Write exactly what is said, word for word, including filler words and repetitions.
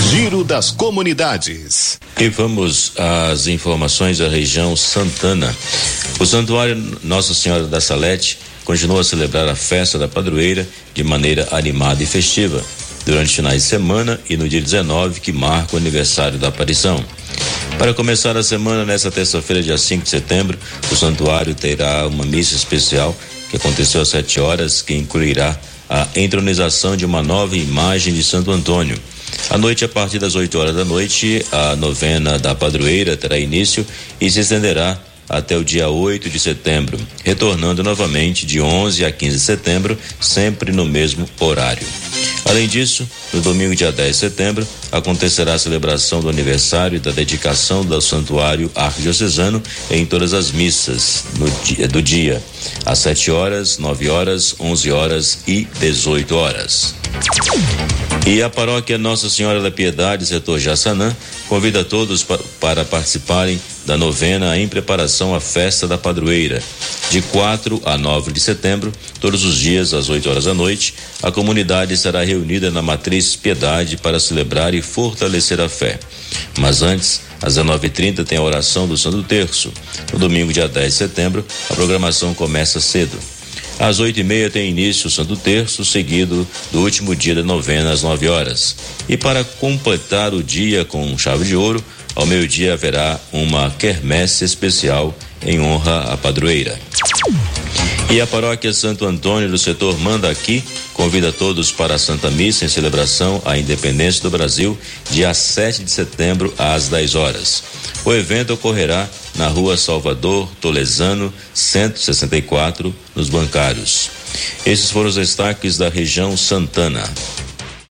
Giro das Comunidades. E vamos às informações da região Santana. O Santuário Nossa Senhora da Salete continua a celebrar a festa da padroeira de maneira animada e festiva, durante finais de semana e no dia dezenove, que marca o aniversário da aparição. Para começar a semana, nesta terça-feira, dia cinco de setembro, o santuário terá uma missa especial que aconteceu às sete horas, que incluirá a entronização de uma nova imagem de Santo Antônio. À noite, a partir das oito horas da noite, a novena da padroeira terá início e se estenderá até o dia oito de setembro, retornando novamente de onze a quinze de setembro, sempre no mesmo horário. Além disso, no domingo, dia dez de setembro, acontecerá a celebração do aniversário e da dedicação do Santuário Arquidiocesano em todas as missas no dia, do dia, às sete horas, nove horas, onze horas e dezoito horas. E a paróquia Nossa Senhora da Piedade, setor Jaçanã, convida todos pa- para participarem da novena em preparação à festa da padroeira. De quatro a nove de setembro, todos os dias às oito horas da noite, a comunidade estará reunida na Matriz Piedade para celebrar e fortalecer a fé. Mas antes, às dezenove e trinta, tem a oração do Santo Terço. No domingo, dia dez de setembro, a programação começa cedo. Às oito e meia tem início o Santo Terço, seguido do último dia da novena às nove horas. E para completar o dia com chave de ouro, ao meio-dia haverá uma quermesse especial em honra à padroeira. E a paróquia Santo Antônio do setor Mandaqui convida todos para a Santa Missa em celebração à independência do Brasil, dia sete de setembro, às dez horas. O evento ocorrerá na rua Salvador Tolesano, cento e sessenta e quatro, nos Bancários. Esses foram os destaques da região Santana.